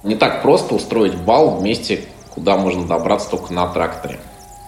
Не так просто устроить бал в месте, куда можно добраться только на тракторе.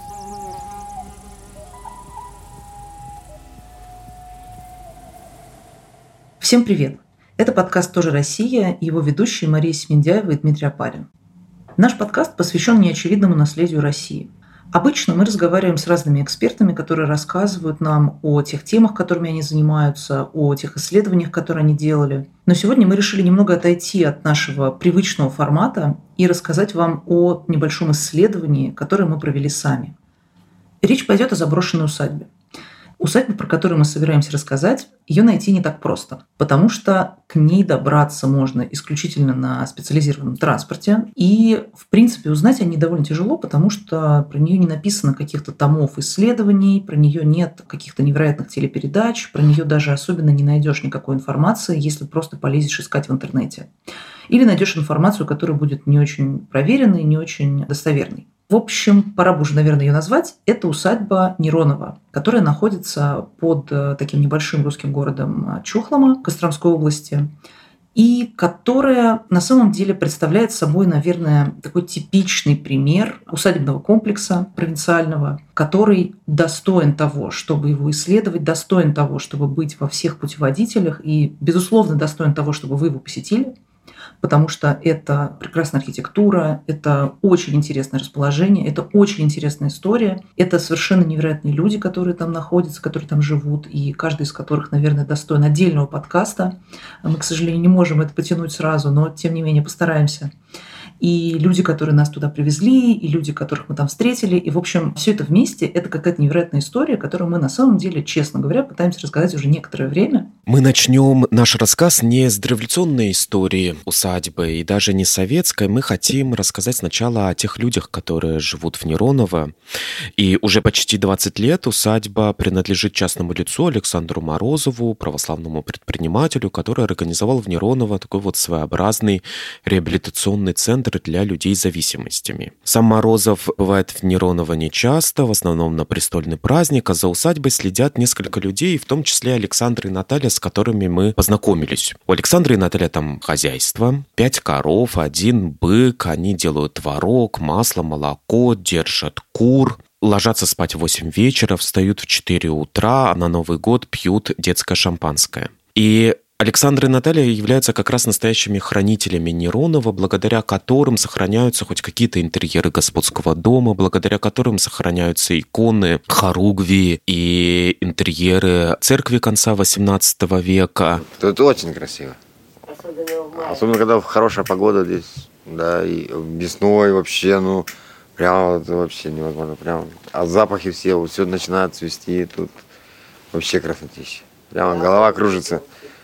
Всем привет! Это подкаст «Тоже Россия» и его ведущие Мария Семендяева и Дмитрий Апарин. Наш подкаст посвящен неочевидному наследию России. Обычно мы разговариваем с разными экспертами, которые рассказывают нам о тех темах, которыми они занимаются, о тех исследованиях, которые они делали. Но сегодня мы решили немного отойти от нашего привычного формата и рассказать вам о небольшом исследовании, которое мы провели сами. Речь пойдет о заброшенной усадьбе. Усадьба, про которую мы собираемся рассказать, ее найти не так просто, потому что к ней добраться можно исключительно на специализированном транспорте. И, в принципе, узнать о ней довольно тяжело, потому что про нее не написано каких-то томов исследований, про нее нет каких-то невероятных телепередач, про нее даже особенно не найдешь никакой информации, если просто полезешь искать в интернете. Или найдешь информацию, которая будет не очень проверенной, не очень достоверной. В общем, пора бы уже, наверное, ее назвать. Это усадьба Неронова, которая находится под таким небольшим русским городом Чухлома Костромской области, и которая на самом деле представляет собой, наверное, такой типичный пример усадебного комплекса провинциального, который достоин того, чтобы его исследовать, достоин того, чтобы быть во всех путеводителях и, безусловно, достоин того, чтобы вы его посетили. Потому что это прекрасная архитектура, это очень интересное расположение, это очень интересная история, это совершенно невероятные люди, которые там находятся, которые там живут, и каждый из которых, наверное, достоин отдельного подкаста. Мы, к сожалению, не можем это потянуть сразу, но, тем не менее, постараемся. И люди, которые нас туда привезли, и люди, которых мы там встретили. И, в общем, все это вместе – это какая-то невероятная история, которую мы на самом деле, честно говоря, пытаемся рассказать уже некоторое время. Мы начнем наш рассказ не с дореволюционной истории усадьбы и даже не советской. Мы хотим рассказать сначала о тех людях, которые живут в Нероново. И уже почти 20 лет усадьба принадлежит частному лицу Александру Морозову, православному предпринимателю, который организовал в Нероново такой вот своеобразный реабилитационный центр для людей с зависимостями. Сам Морозов бывает в Нероново нечасто, в основном на престольный праздник, а за усадьбой следят несколько людей, в том числе Александр и Наталья, с которыми мы познакомились. У Александра и Наталья там хозяйство, 5 коров, 1 бык, они делают творог, масло, молоко, держат кур. Ложатся спать в 8 вечера, встают в 4 утра, а на Новый год пьют детское шампанское. И Александр и Наталья являются как раз настоящими хранителями Неронова, благодаря которым сохраняются хоть какие-то интерьеры господского дома, благодаря которым сохраняются иконы, хоругви и интерьеры церкви конца XVIII века. Это очень красиво. Особенно, когда хорошая погода здесь, да, и весной вообще, прям это вообще невозможно. Прям, а запахи все начинает цвести, тут вообще красотища. Прямо голова кружится.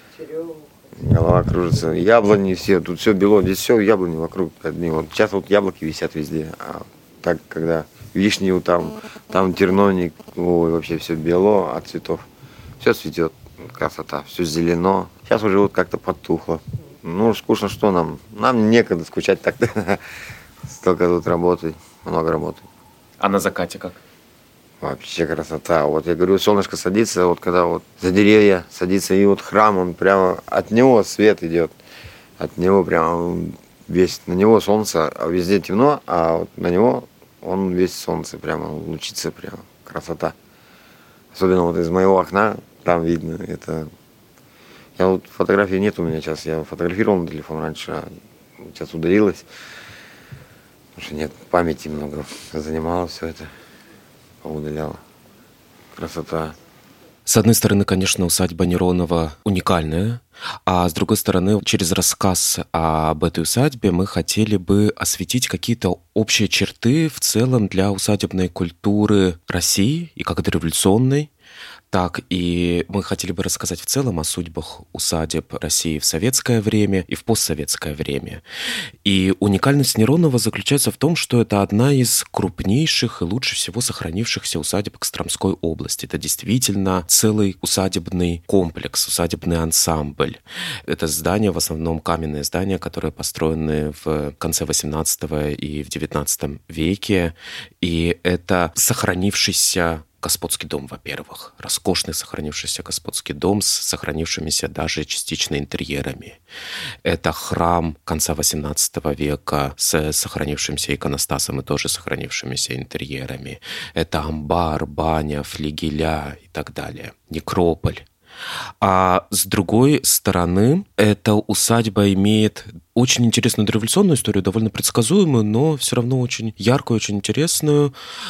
Голова кружится. Яблони все, тут все бело, здесь все яблони вокруг одни. Вот сейчас вот яблоки висят везде, а так, когда вишни там терновник, вообще все бело от цветов. Все цветет, красота, все зелено. Сейчас уже вот как-то потухло. Скучно что нам? Нам некогда скучать так-то. Столько тут работы, много работы. А на закате как? Вообще красота. Вот я говорю, солнышко садится, вот когда вот за деревья садится, и вот храм, он прямо от него свет идет. От него прямо весь, на него солнце, а везде темно, а вот на него он весь солнце, прямо лучится, прямо красота. Особенно вот из моего окна, там видно, это... Я вот фотографий нет у меня сейчас, я фотографировал на телефон раньше, а сейчас удалилось. Потому что нет памяти много, занимало все это. Удаляла. Красота. С одной стороны, конечно, усадьба Неронова уникальная, а с другой стороны, через рассказ об этой усадьбе мы хотели бы осветить какие-то общие черты в целом для усадебной культуры России и как дореволюционной, так и мы хотели бы рассказать в целом о судьбах усадеб России в советское время и в постсоветское время. И уникальность Неронова заключается в том, что это одна из крупнейших и лучше всего сохранившихся усадеб Костромской области. Это действительно целый усадебный комплекс, усадебный ансамбль. Это здания, в основном каменные здания, которые построены в конце XVIII и в XIX веке. И это сохранившийся господский дом, во-первых. Роскошный сохранившийся господский дом с сохранившимися даже частично интерьерами. Это храм конца XVIII века с сохранившимся иконостасом и тоже сохранившимися интерьерами. Это амбар, баня, флигеля и так далее. Некрополь. А с другой стороны, эта усадьба имеет очень интересную дореволюционную историю, довольно предсказуемую, но все равно очень яркую, очень интересную.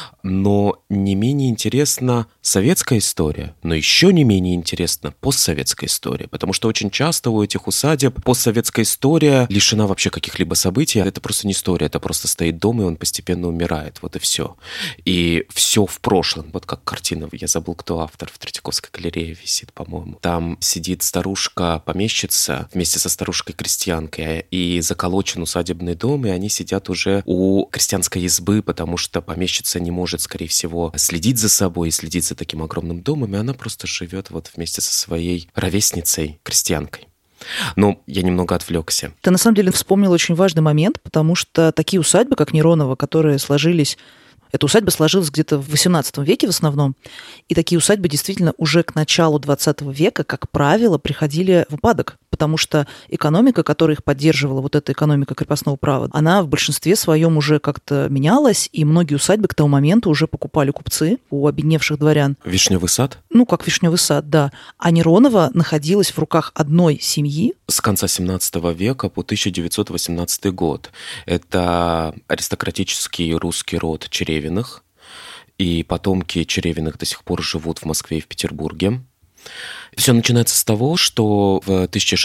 Но не менее интересна советская история, но еще не менее интересна постсоветская история, потому что очень часто у этих усадеб постсоветская история лишена вообще каких-либо событий. Это просто не история, это просто стоит дом, и он постепенно умирает. Вот и все. И все в прошлом. Вот как картина, я забыл, кто автор, в Третьяковской галерее висит, по-моему. Там сидит старушка-помещица вместе со старушкой-крестьянкой, и заколочен усадебный дом, и они сидят уже у крестьянской избы, потому что помещица не может, скорее всего, следить за собой и следить за таким огромным домом, и она просто живет вот вместе со своей ровесницей, крестьянкой. Но я немного отвлекся. Ты на самом деле вспомнил очень важный момент, потому что такие усадьбы, как Неронова, которые сложились... Эта усадьба сложилась где-то в XVIII веке в основном, и такие усадьбы действительно уже к началу XX века, как правило, приходили в упадок, потому что экономика, которая их поддерживала, вот эта экономика крепостного права, она в большинстве своем уже как-то менялась, и многие усадьбы к тому моменту уже покупали купцы у обедневших дворян. Вишневый сад? Ну, как Вишневый сад, да. А Неронова находилась в руках одной семьи. С конца XVII века по 1918 год. Это аристократический русский род Черевиных, и потомки Черевиных до сих пор живут в Москве и в Петербурге. Все начинается с того, что в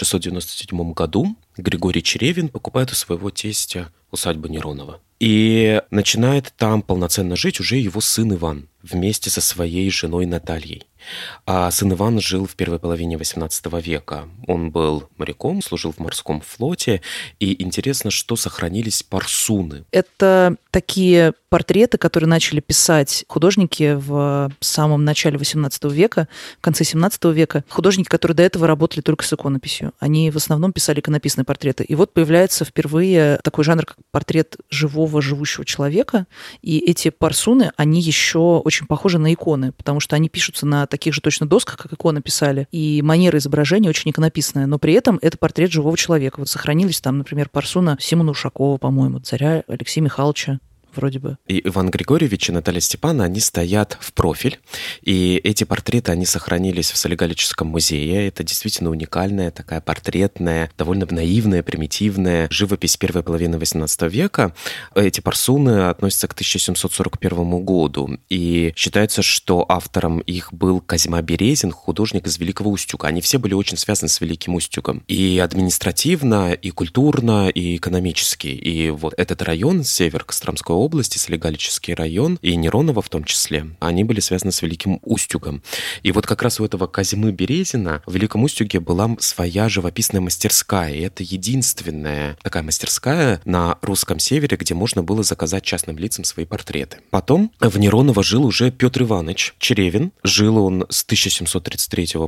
1697 году Григорий Черевин покупает у своего тестя усадьбу Неронова. И начинает там полноценно жить уже его сын Иван вместе со своей женой Натальей. А сын Иван жил в первой половине XVIII века. Он был моряком, служил в морском флоте. И интересно, что сохранились парсуны. Это такие портреты, которые начали писать художники в самом начале XVIII века, в конце XVII века. Художники, которые до этого работали только с иконописью. Они в основном писали иконописные портреты. И вот появляется впервые такой жанр, как портрет живого, живущего человека. И эти парсуны, они еще очень похожи на иконы, потому что они пишутся на таких же точно досках, как иконы писали. И манера изображения очень иконописная, но при этом это портрет живого человека. Вот сохранились там, например, парсуна Симона Ушакова, по-моему, царя Алексея Михайловича. Вроде бы. И Иван Григорьевич и Наталья Степановна, они стоят в профиль, и эти портреты, они сохранились в Солигалическом музее. Это действительно уникальная такая портретная, довольно наивная, примитивная живопись первой половины XVIII века. Эти парсуны относятся к 1741 году, и считается, что автором их был Козьма Березин, художник из Великого Устюга. Они все были очень связаны с Великим Устюгом. И административно, и культурно, и экономически. И вот этот район, север Костромской области, Солигалический район, и Неронова в том числе, они были связаны с Великим Устюгом. И вот как раз у этого Козьмы Березина в Великом Устюге была своя живописная мастерская. И это единственная такая мастерская на русском севере, где можно было заказать частным лицам свои портреты. Потом в Нероново жил уже Петр Иванович Черевин. Жил он с 1733 по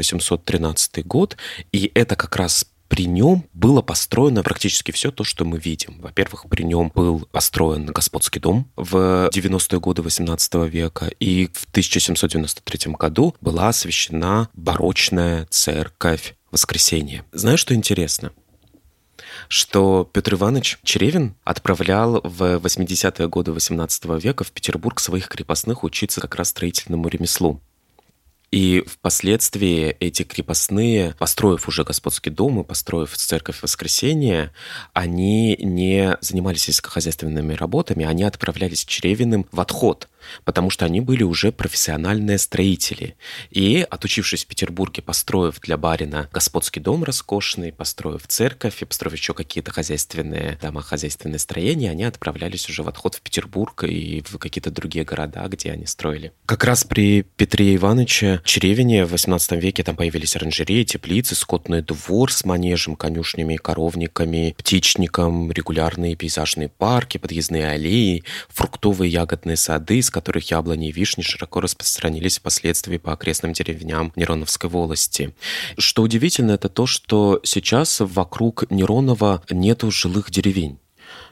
1813 год, и это как раз при нем было построено практически все то, что мы видим. Во-первых, при нем был построен господский дом в 90-е годы XVIII века, и в 1793 году была освящена барочная церковь Воскресения. Знаешь, что интересно? Что Петр Иванович Черевин отправлял в 80-е годы XVIII века в Петербург своих крепостных учиться как раз строительному ремеслу. И впоследствии эти крепостные, построив уже господский дом и построив церковь Воскресения, они не занимались сельскохозяйственными работами, они отправлялись Черевиным в отход, потому что они были уже профессиональные строители. И, отучившись в Петербурге, построив для барина господский дом роскошный, построив церковь и построив еще какие-то хозяйственные дома, хозяйственные строения, они отправлялись уже в отход в Петербург и в какие-то другие города, где они строили. Как раз при Петре Ивановиче Черевине в XVIII веке там появились оранжереи, теплицы, скотный двор с манежем, конюшнями, коровниками, птичником, регулярные пейзажные парки, подъездные аллеи, фруктовые ягодные сады, из которых яблони и вишни широко распространились впоследствии по окрестным деревням Нероновской волости. Что удивительно, это то, что сейчас вокруг Неронова нету жилых деревень.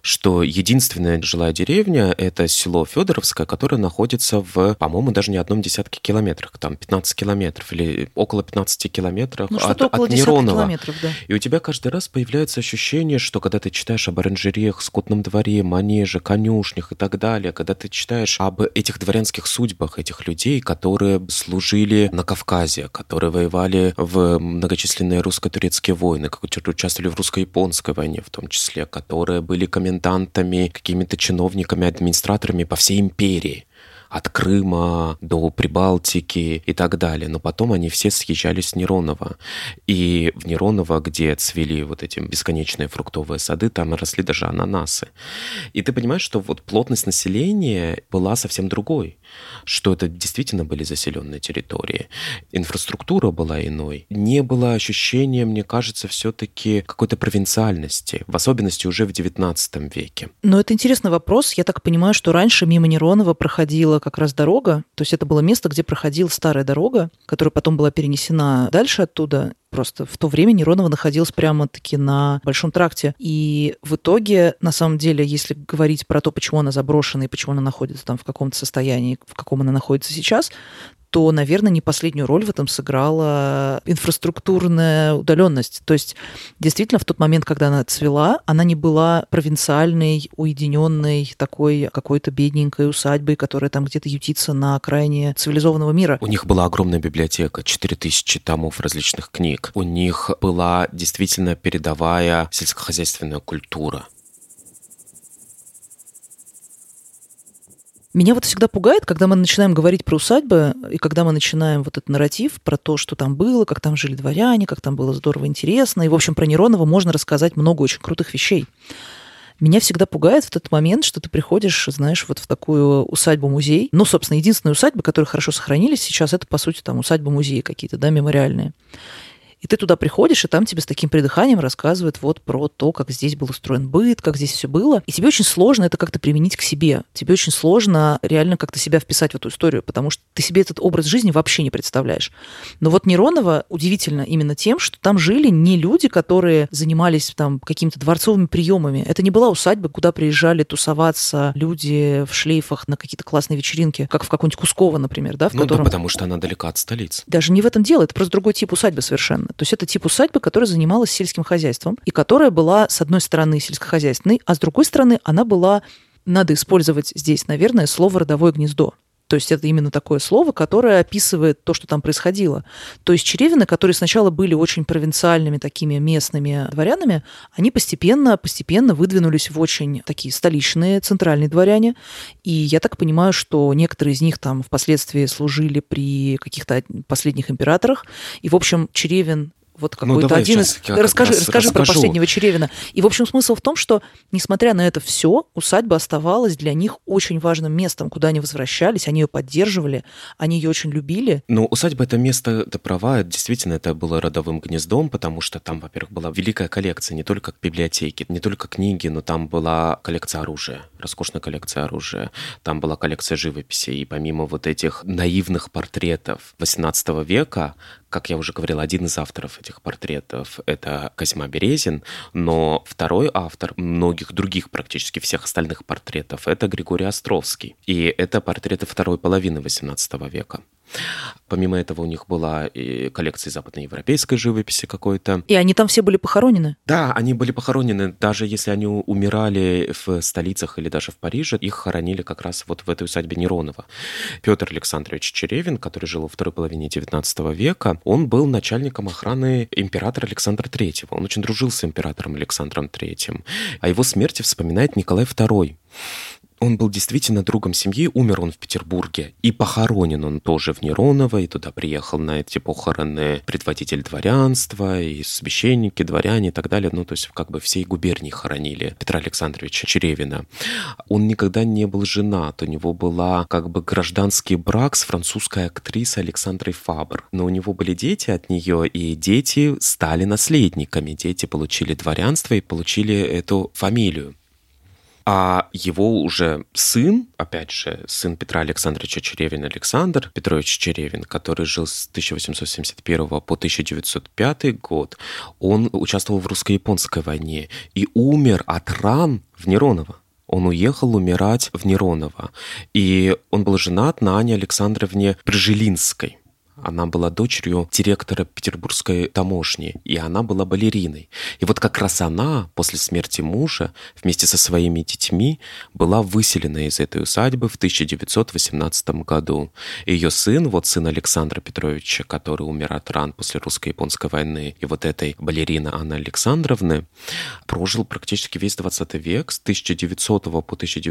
что единственная жилая деревня – это село Федоровское, которое находится в, по-моему, даже не одном десятке километрах, там 15 километров или около 15 километров от Неронова. Километров, да. И у тебя каждый раз появляется ощущение, что когда ты читаешь об оранжереях, скотном дворе, манеже, конюшнях и так далее, когда ты читаешь об этих дворянских судьбах, этих людей, которые служили на Кавказе, которые воевали в многочисленные русско-турецкие войны, которые участвовали в русско-японской войне в том числе, которые были комендантами, какими-то чиновниками, администраторами по всей империи, от Крыма до Прибалтики и так далее. Но потом они все съезжались с Неронова. И в Нероново, где цвели вот эти бесконечные фруктовые сады, там росли даже ананасы. И ты понимаешь, что вот плотность населения была совсем другой, что это действительно были заселенные территории. Инфраструктура была иной. Не было ощущения, мне кажется, все-таки какой-то провинциальности, в особенности уже в XIX веке. Но это интересный вопрос. Я так понимаю, что раньше мимо Неронова проходила как раз дорога, то есть это было место, где проходила старая дорога, которая потом была перенесена дальше оттуда. Просто в то время Нероново находилось прямо-таки на Большом тракте. И в итоге, на самом деле, если говорить про то, почему она заброшена и почему она находится там в каком-то состоянии, в каком она находится сейчас, то, наверное, не последнюю роль в этом сыграла инфраструктурная удаленность. То есть, действительно, в тот момент, когда она цвела, она не была провинциальной, уединенной, такой какой-то бедненькой усадьбой, которая там где-то ютится на окраине цивилизованного мира. У них была огромная библиотека, 4000 томов различных книг. У них была действительно передовая сельскохозяйственная культура. Меня вот всегда пугает, когда мы начинаем говорить про усадьбы, и когда мы начинаем вот этот нарратив про то, что там было, как там жили дворяне, как там было здорово, интересно. И, в общем, про Неронова можно рассказать много очень крутых вещей. Меня всегда пугает в тот момент, что ты приходишь, знаешь, вот в такую усадьбу-музей. Ну, собственно, единственные усадьбы, которые хорошо сохранились сейчас, это, по сути, там усадьбы-музеи какие-то, да, мемориальные. И ты туда приходишь, и там тебе с таким придыханием рассказывают вот про то, как здесь был устроен быт, как здесь все было. И тебе очень сложно это как-то применить к себе. Тебе очень сложно реально как-то себя вписать в эту историю, потому что ты себе этот образ жизни вообще не представляешь. Но вот Нероново удивительно именно тем, что там жили не люди, которые занимались там какими-то дворцовыми приемами. Это не была усадьба, куда приезжали тусоваться люди в шлейфах на какие-то классные вечеринки, как в каком-нибудь Кусково, например, да, в котором... да, потому что она далека от столицы. Даже не в этом дело, это просто другой тип усадьбы совершенно. То есть это тип усадьбы, которая занималась сельским хозяйством, и которая была, с одной стороны, сельскохозяйственной, а с другой стороны, она была, надо использовать здесь, наверное, слово «родовое гнездо». То есть это именно такое слово, которое описывает то, что там происходило. То есть Черевины, которые сначала были очень провинциальными такими местными дворянами, они постепенно выдвинулись в очень такие столичные, центральные дворяне. И я так понимаю, что некоторые из них там впоследствии служили при каких-то последних императорах. И, в общем, Черевин... Вот какой-то один из... Расскажи про последнего Черевина. И, в общем, смысл в том, что, несмотря на это все, усадьба оставалась для них очень важным местом, куда они возвращались, они ее поддерживали, они ее очень любили. Ну, усадьба — это место, ты права, действительно, это было родовым гнездом, потому что там, во-первых, была великая коллекция, не только библиотеки, не только книги, но там была коллекция оружия, роскошная коллекция оружия, там была коллекция живописи, и помимо вот этих наивных портретов XVIII века, как я уже говорил, один из авторов этих портретов – это Козьма Березин, но второй автор многих других, практически всех остальных портретов – это Григорий Островский. И это портреты второй половины XVIII века. Помимо этого у них была и коллекция западноевропейской живописи какой-то. И они там все были похоронены? Да, они были похоронены. Даже если они умирали в столицах или даже в Париже, их хоронили как раз вот в этой усадьбе Неронова. Петр Александрович Черевин, который жил во второй половине XIX века, он был начальником охраны императора Александра III. Он очень дружил с императором Александром III. О его смерти вспоминает Николай II. Он был действительно другом семьи, умер он в Петербурге, и похоронен он тоже в Нероново, и туда приехал на эти похороны предводитель дворянства, и священники, дворяне и так далее. Ну, то есть как бы всей губернии хоронили Петра Александровича Черевина. Он никогда не был женат, у него была как бы гражданский брак с французской актрисой Александрой Фабр. Но у него были дети от нее, и дети стали наследниками. Дети получили дворянство и получили эту фамилию. А его уже сын, опять же, сын Петра Александровича Черевина, Александр Петрович Черевин, который жил с 1871 по 1905 год, он участвовал в русско-японской войне и умер от ран в Нероново. Он уехал умирать в Нероново. И он был женат на Анне Александровне Пржилинской. Она была дочерью директора Петербургской таможни, и она была балериной. И вот как раз она после смерти мужа вместе со своими детьми была выселена из этой усадьбы в 1918 году. И ее сын, вот сын Александра Петровича, который умер от ран после русско-японской войны, и вот этой балерины Анны Александровны, прожил практически весь 20 век, с 1900 по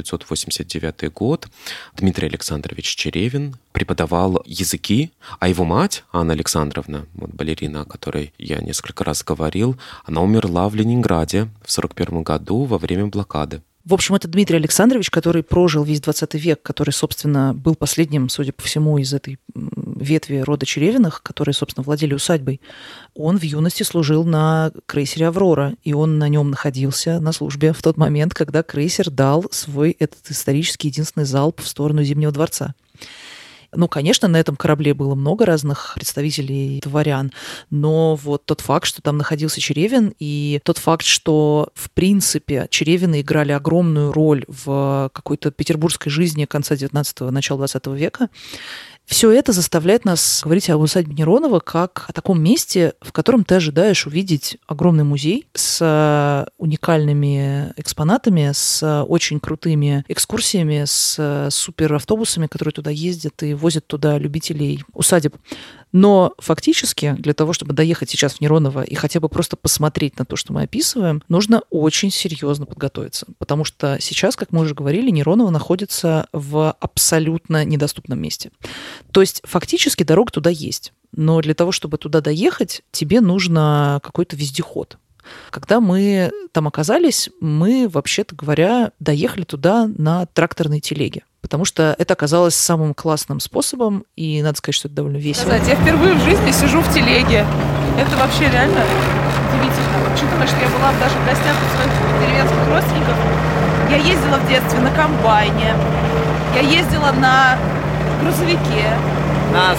1989 год. Дмитрий Александрович Черевин преподавал языки, а его мать, Анна Александровна, вот балерина, о которой я несколько раз говорил, она умерла в Ленинграде в 1941 году во время блокады. В общем, это Дмитрий Александрович, который прожил весь 20 век, который, собственно, был последним, судя по всему, из этой ветви рода Черевиных, которые, собственно, владели усадьбой. Он в юности служил на крейсере «Аврора», и он на нем находился на службе в тот момент, когда крейсер дал свой этот исторический единственный залп в сторону Зимнего дворца. Ну, конечно, на этом корабле было много разных представителей дворян, но вот тот факт, что там находился Черевин, и тот факт, что, в принципе, Черевины играли огромную роль в какой-то петербургской жизни конца 19-го, начала 20 века, все это заставляет нас говорить об усадьбе Неронова как о таком месте, в котором ты ожидаешь увидеть огромный музей с уникальными экспонатами, с очень крутыми экскурсиями, с суперавтобусами, которые туда ездят и возят туда любителей усадеб. Но фактически для того, чтобы доехать сейчас в Нероново и хотя бы просто посмотреть на то, что мы описываем, нужно очень серьезно подготовиться. Потому что сейчас, как мы уже говорили, Нероново находится в абсолютно недоступном месте. То есть фактически дорога туда есть. Но для того, чтобы туда доехать, тебе нужно какой-то вездеход. Когда мы там оказались, мы, вообще-то говоря, доехали туда на тракторной телеге. Потому что это оказалось самым классным способом, и надо сказать, что это довольно весело. Я впервые в жизни сижу в телеге. Это вообще реально удивительно. Учитывая, что я была даже в гостях у своих деревенских родственников, я ездила в детстве на комбайне, я ездила на грузовике, на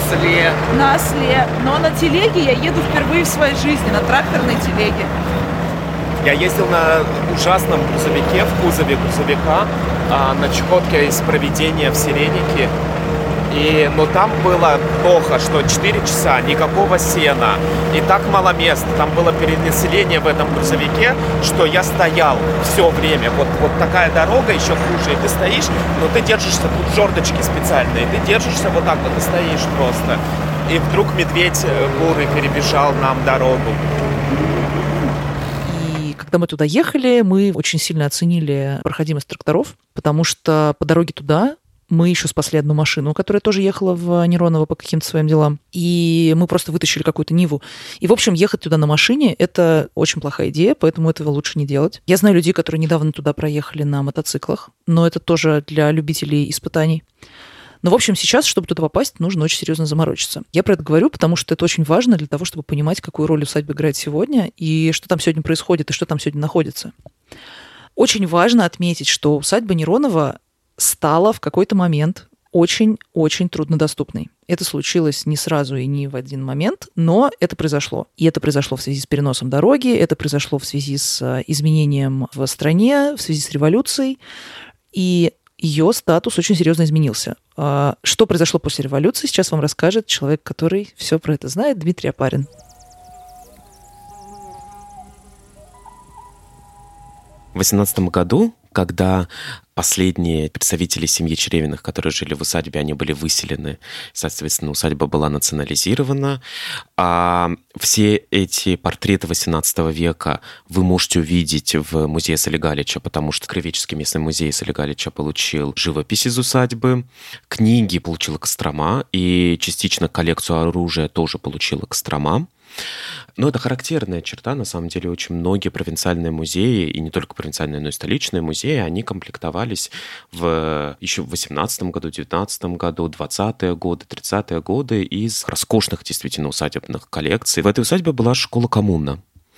осле, но на телеге я еду впервые в своей жизни, на тракторной телеге. Я ездил на ужасном грузовике, в кузове грузовика, на Чукотке из Провидения в Сиренике. Но там было плохо, что 4 часа, никакого сена, и так мало мест. Там было перенаселение в этом грузовике, что я стоял все время. Вот такая дорога, еще хуже, и ты стоишь, но ты держишься, тут жердочки специальные, ты держишься вот так вот и стоишь просто. И вдруг медведь бурый перебежал нам дорогу. Когда мы туда ехали, мы очень сильно оценили проходимость тракторов, потому что по дороге туда мы еще спасли одну машину, которая тоже ехала в Нероново по каким-то своим делам. И мы просто вытащили какую-то Ниву. И, в общем, ехать туда на машине – это очень плохая идея, поэтому этого лучше не делать. Я знаю людей, которые недавно туда проехали на мотоциклах, но это тоже для любителей испытаний. Но, в общем, сейчас, чтобы туда попасть, нужно очень серьезно заморочиться. Я про это говорю, потому что это очень важно для того, чтобы понимать, какую роль усадьба играет сегодня, и что там сегодня происходит, и что там сегодня находится. Очень важно отметить, что усадьба Неронова стала в какой-то момент очень-очень труднодоступной. Это случилось не сразу и не в один момент, но это произошло. И это произошло в связи с переносом дороги, это произошло в связи с изменением в стране, в связи с революцией, и ее статус очень серьезно изменился. Что произошло после революции, сейчас вам расскажет человек, который все про это знает, Дмитрий Опарин. В 18 году, когда последние представители семьи Черевиных, которые жили в усадьбе, они были выселены, соответственно, усадьба была национализирована, а все эти портреты XVIII века вы можете увидеть в музее Солигалича, потому что Краеведческий местный музей Солигалича получил живопись из усадьбы, книги получила Кострома, и частично коллекцию оружия тоже получила Кострома. Но это характерная черта, на самом деле, очень многие провинциальные музеи, и не только провинциальные, но и столичные музеи, они комплектовались еще в 18 году, 19 году, 20-е годы, 30-е годы из роскошных, действительно, усадебных коллекций. В этой усадьбе была школа-коммуна.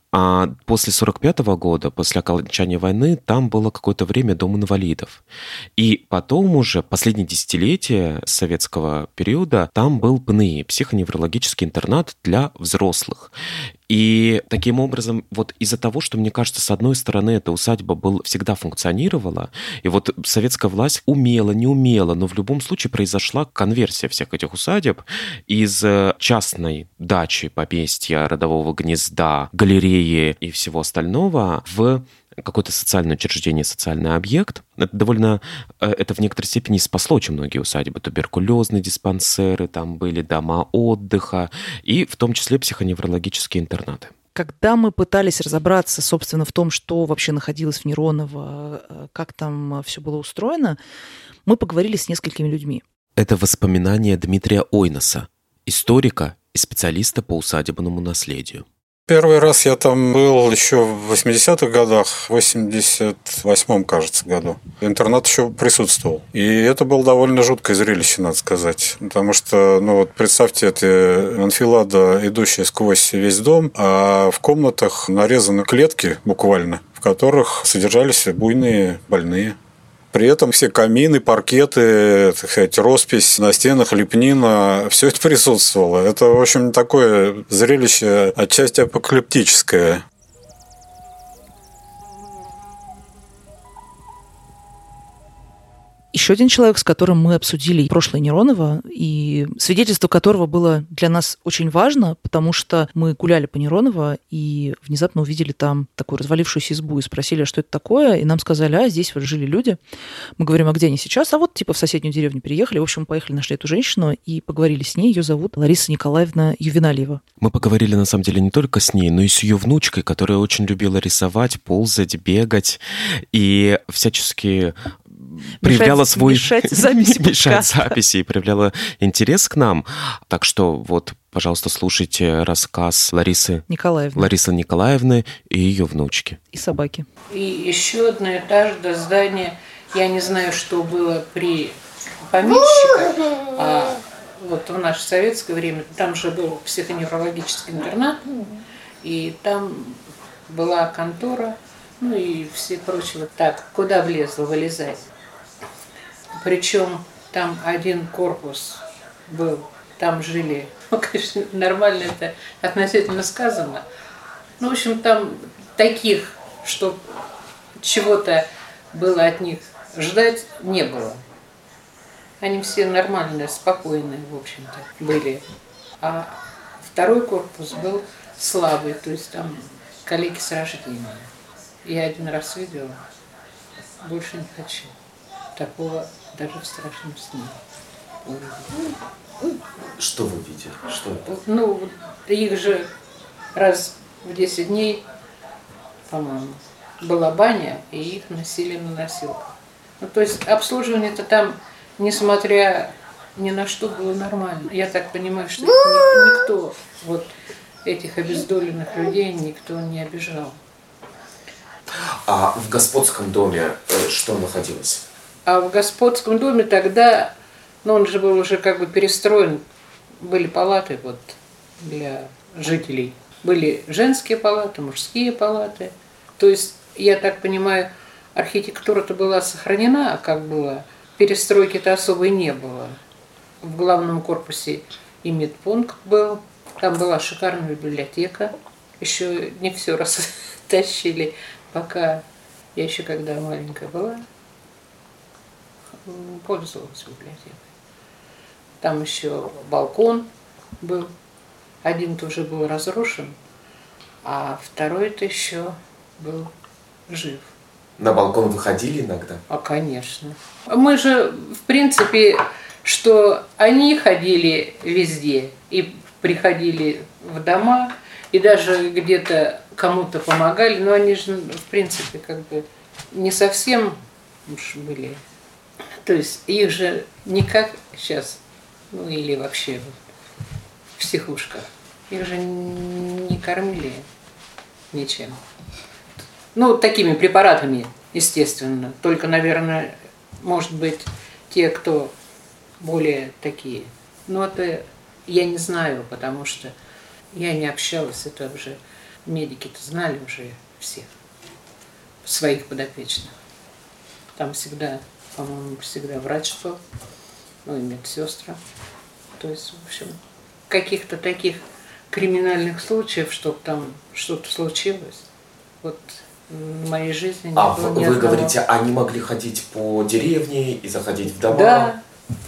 А после 1945 года, после окончания войны, там было какое-то время дом инвалидов. И потом уже, последние десятилетия советского периода, там был ПНИ, психоневрологический интернат для взрослых. И таким образом, вот из-за того, что, мне кажется, с одной стороны, эта усадьба всегда функционировала, и вот советская власть умела, не умела, но в любом случае произошла конверсия всех этих усадеб из частной дачи, поместья, родового гнезда, галереи и всего остального в какое-то социальное учреждение, социальный объект. Это в некоторой степени спасло очень многие усадьбы. Туберкулезные диспансеры, там были дома отдыха, и в том числе психоневрологические интернаты. Когда мы пытались разобраться, собственно, в том, что вообще находилось в Нероново, как там все было устроено, мы поговорили с несколькими людьми. Это воспоминания Дмитрия Ойнаса, историка и специалиста по усадебному наследию. Первый раз я там был еще в 80-х годах, в 88-м, кажется, году. Интернат еще присутствовал. И это было довольно жуткое зрелище, надо сказать. Потому что, представьте, это анфилада, идущая сквозь весь дом, а в комнатах нарезаны клетки буквально, в которых содержались буйные больные. При этом все камины, паркеты, так сказать, роспись на стенах, лепнина, все это присутствовало. Это, в общем, такое зрелище отчасти апокалиптическое. Еще один человек, с которым мы обсудили прошлое Нероново, и свидетельство которого было для нас очень важно, потому что мы гуляли по Нероново и внезапно увидели там такую развалившуюся избу и спросили, что это такое, и нам сказали, здесь вот жили люди. Мы говорим, а где они сейчас? А вот в соседнюю деревню переехали. В общем, мы поехали, нашли эту женщину и поговорили с ней. Ее зовут Лариса Николаевна Ювеналиева. Мы поговорили, на самом деле, не только с ней, но и с ее внучкой, которая очень любила рисовать, ползать, бегать и всячески проявляла мешать записи и проявляла интерес к нам. Так что вот, пожалуйста, слушайте рассказ Ларисы Николаевны и ее внучки. И собаки. И еще один этаж до здания, я не знаю, что было при помещиках, а вот в наше советское время, там же был психоневрологический интернат, и там была контора, и все прочее. Так, куда влезло, вылезать? Причем там один корпус был, там жили, конечно, нормально это относительно сказано. В общем, там таких, что чего-то было от них ждать, не было. Они все нормальные, спокойные, в общем-то, были. А второй корпус был слабый, то есть там калеки с рождения. Я один раз видела, больше не хочу. Такого даже в страшном сне увидеть. Что вы видели? Что это? Их же раз в 10 дней, по-моему, была баня, и их носили на носилках. То есть обслуживание-то там, несмотря ни на что, было нормально. Я так понимаю, что никто, этих обездоленных людей, никто не обижал. А в господском доме что находилось? А в господском доме тогда, он же был уже перестроен, были палаты для жителей. Были женские палаты, мужские палаты. То есть, я так понимаю, архитектура-то была сохранена, а как было, перестройки-то особой не было. В главном корпусе и медпункт был, там была шикарная библиотека, еще не все растащили, пока я еще когда маленькая была, пользовалась библиотекой. Там еще балкон был, один тоже был разрушен, а второй-то еще был жив. На балкон выходили иногда? Конечно. Мы же, в принципе, что они ходили везде и приходили в дома, и даже где-то кому-то помогали, но они же, в принципе, не совсем уж были. То есть их же не как сейчас, или вообще в психушках, их же не кормили ничем. Такими препаратами, естественно. Только, наверное, может быть, те, кто более такие. Но это я не знаю, потому что я не общалась, это уже медики-то знали уже всех своих подопечных. Там всегда, по-моему, врач был, и медсестра. То есть, в общем, каких-то таких криминальных случаев, чтобы там что-то случилось, вот в моей жизни не было ни одного. Вы говорите, они могли ходить по деревне и заходить в дома? Да.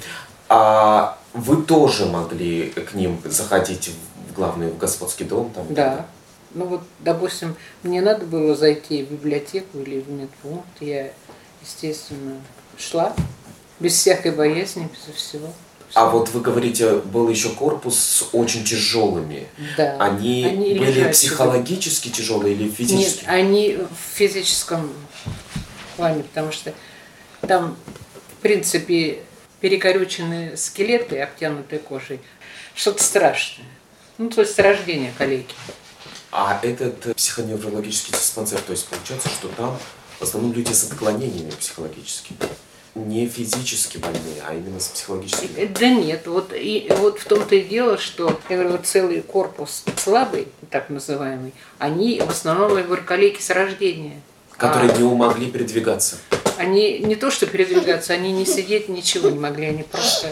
А вы тоже могли к ним заходить в господский дом? Там, да. Ну вот, допустим, мне надо было зайти в библиотеку или в медпункт, я, естественно, шла без всякой боязни, без всего. А вот вы говорите, был еще корпус с очень тяжелыми. Да. Они были психологически тяжелые или физически? Нет, они в физическом плане, потому что там, в принципе, перекорюченные скелеты, обтянутые кожей, что-то страшное. Ну, то есть с рождения калеки. А этот психоневрологический диспансер, то есть получается, что там в основном люди с отклонениями психологическими. Не физически больные, а именно с психологическими. Да нет, вот в том-то и дело, что, я говорю, вот целый корпус слабый, так называемый, они в основном, я говорю, калеки с рождения. Которые не могли передвигаться. Они не то что передвигаться, они не сидеть, ничего не могли, они просто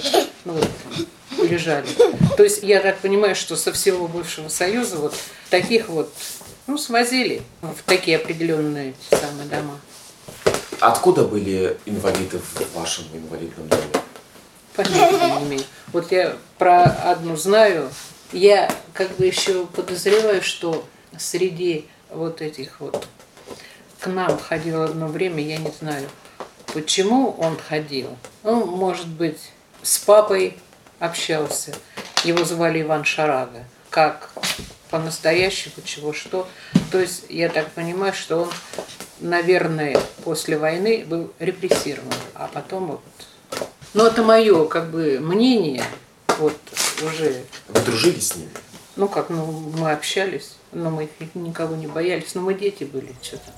лежали. То есть я так понимаю, что со всего бывшего Союза вот таких вот, свозили в такие определенные самые дома. Откуда были инвалиды в вашем инвалидном доме? Понятия не имею. Вот я про одну знаю. Я как бы еще подозреваю, что среди вот этих вот к нам ходил одно время, я не знаю, почему он ходил. Ну, может быть, с папой общался. Его звали Иван Шарага. Как по-настоящему, чего что. То есть я так понимаю, что он, наверное, после войны был репрессирован, а потом вот. Но это мое, как бы, мнение, вот уже. Вы дружили с ними? Мы общались, но мы никого не боялись, но мы дети были, что-то.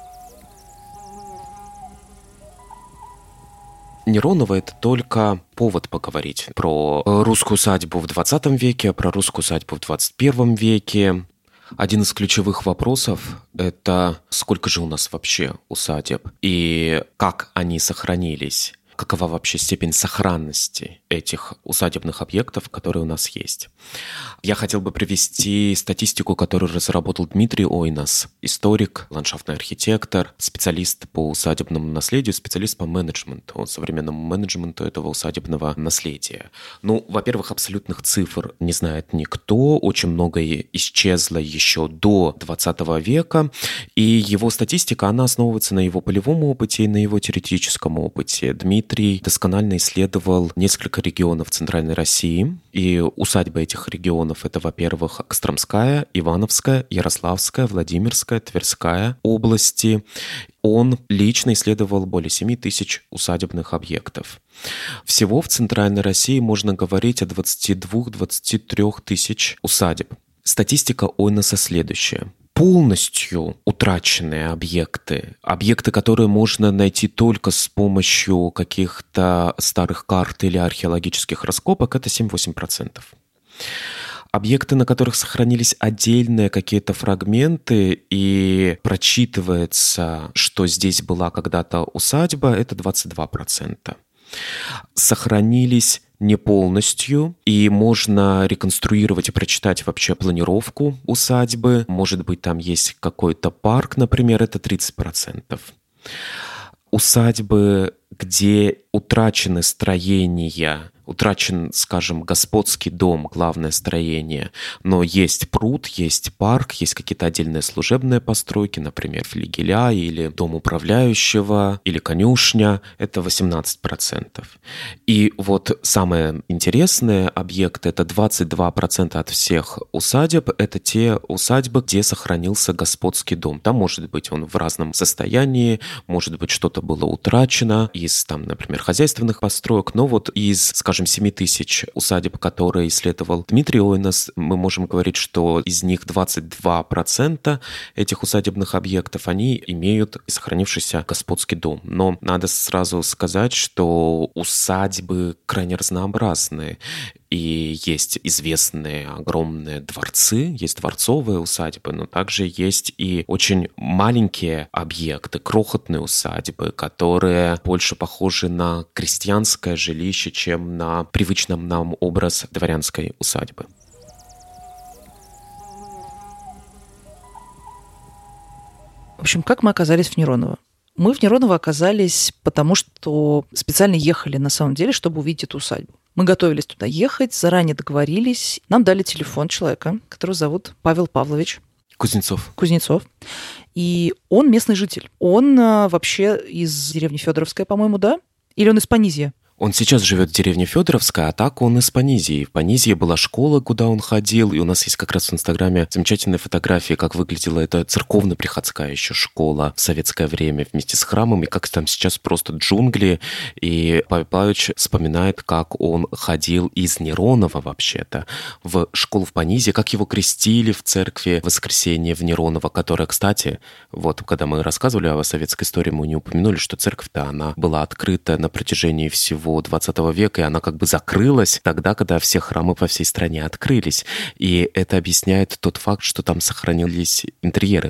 Неронова – это только повод поговорить про русскую усадьбу в 20 веке, про русскую усадьбу в 21 веке. Один из ключевых вопросов – это сколько же у нас вообще усадеб и как они сохранились, какова вообще степень сохранности этих усадебных объектов, которые у нас есть. Я хотел бы привести статистику, которую разработал Дмитрий Ойнас, историк, ландшафтный архитектор, специалист по усадебному наследию, специалист по менеджменту, современному менеджменту этого усадебного наследия. Во-первых, абсолютных цифр не знает никто, очень многое исчезло еще до 20 века, и его статистика, она основывается на его полевом опыте и на его теоретическом опыте. Дмитрий досконально исследовал несколько регионов Центральной России, и усадьбы этих регионов — это, во-первых, Костромская, Ивановская, Ярославская, Владимирская, Тверская области. Он лично исследовал более 7 тысяч усадебных объектов. Всего в Центральной России можно говорить о 22-23 тысяч усадеб. Статистика Ойнаса следующая. Полностью утраченные объекты, которые можно найти только с помощью каких-то старых карт или археологических раскопок, это 7-8%. Объекты, на которых сохранились отдельные какие-то фрагменты и прочитывается, что здесь была когда-то усадьба, это 22%. Сохранились не полностью, и можно реконструировать и прочитать вообще планировку усадьбы. Может быть, там есть какой-то парк, например, это 30%. Усадьбы, где утрачены строения, утрачен, скажем, господский дом, главное строение, но есть пруд, есть парк, есть какие-то отдельные служебные постройки, например, флигеля или дом управляющего, или конюшня, это 18%. И вот самые интересные объекты, это 22% от всех усадеб, это те усадьбы, где сохранился господский дом. Там может быть он в разном состоянии, может быть что-то было утрачено из, там, например, хозяйственных построек, но вот из, скажем, 7 тысяч усадеб, которые исследовал Дмитрий Ойнас, мы можем говорить, что из них 22% этих усадебных объектов, они имеют сохранившийся господский дом. Но надо сразу сказать, что усадьбы крайне разнообразные. И есть известные огромные дворцы, есть дворцовые усадьбы, но также есть и очень маленькие объекты, крохотные усадьбы, которые больше похожи на крестьянское жилище, чем на привычный нам образ дворянской усадьбы. В общем, как мы оказались в Нероново? Мы в Нероново оказались потому, что специально ехали на самом деле, чтобы увидеть эту усадьбу. Мы готовились туда ехать, заранее договорились. Нам дали телефон человека, которого зовут Павел Павлович Кузнецов. И он местный житель. Он вообще из деревни Федоровская, по-моему, да? Или он из Понизия? Он сейчас живет в деревне Федоровская, а так он из Понизии. В Понизии была школа, куда он ходил, и у нас есть как раз в Инстаграме замечательные фотографии, как выглядела эта церковно-приходская еще школа в советское время вместе с храмом, и как там сейчас просто джунгли. И Павел Павлович вспоминает, как он ходил из Неронова вообще-то в школу в Понизии, как его крестили в церкви Воскресения в Нероново, которая, кстати, вот когда мы рассказывали о советской истории, мы не упомянули, что церковь-то она была открыта на протяжении всего 20 века, и она как бы закрылась тогда, когда все храмы по всей стране открылись. И это объясняет тот факт, что там сохранились интерьеры.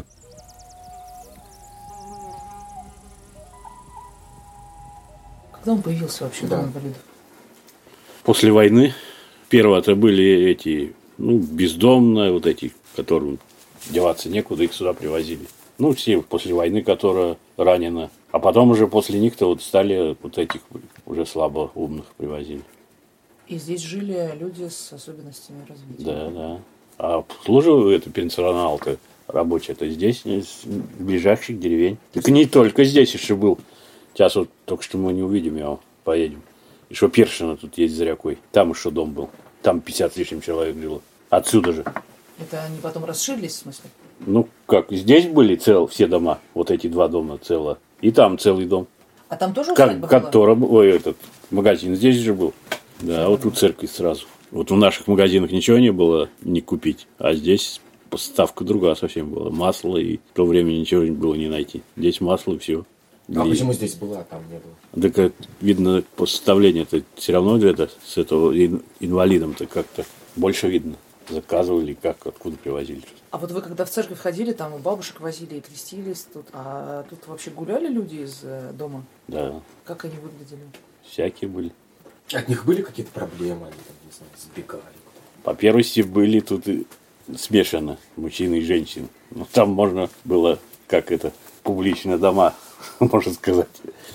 Когда он появился вообще, Дом инвалидов? После войны. Первые это были эти, бездомные, вот эти, которым деваться некуда, их сюда привозили. Все после войны, которые ранены. А потом уже после них-то вот стали вот этих уже слабоумных привозили. И здесь жили люди с особенностями развития. Да. А служил это персонал-то рабочий-то здесь, из ближайших деревень. Так не только здесь еще был. Сейчас вот только что мы не увидим его, поедем. Еще Першина тут есть за рекой. Там еще дом был. Там 50 с лишним человек жило. Отсюда же. Это они потом расширились, в смысле? Как здесь были все дома, вот эти два дома цело. И там целый дом. А там тоже усадьба была? Этот магазин здесь же был. Да, вот у церкви сразу. Вот в наших магазинах ничего не было не купить. А здесь поставка другая совсем была. Масло, и в то время ничего было не найти. Здесь масло и все. А почему здесь было, а там не было? Так видно, по составлению-то все равно где-то с этого инвалидом-то как-то больше видно. Заказывали, откуда привозили. А вот вы когда в церковь ходили, там у бабушек возили и крестились тут, а тут вообще гуляли люди из дома? Да. Как они выглядели? Всякие были. От них были какие-то проблемы, они там, не знаю, сбегали? По первости были тут смешаны мужчины и женщины. Там можно было, публичные дома, можно сказать.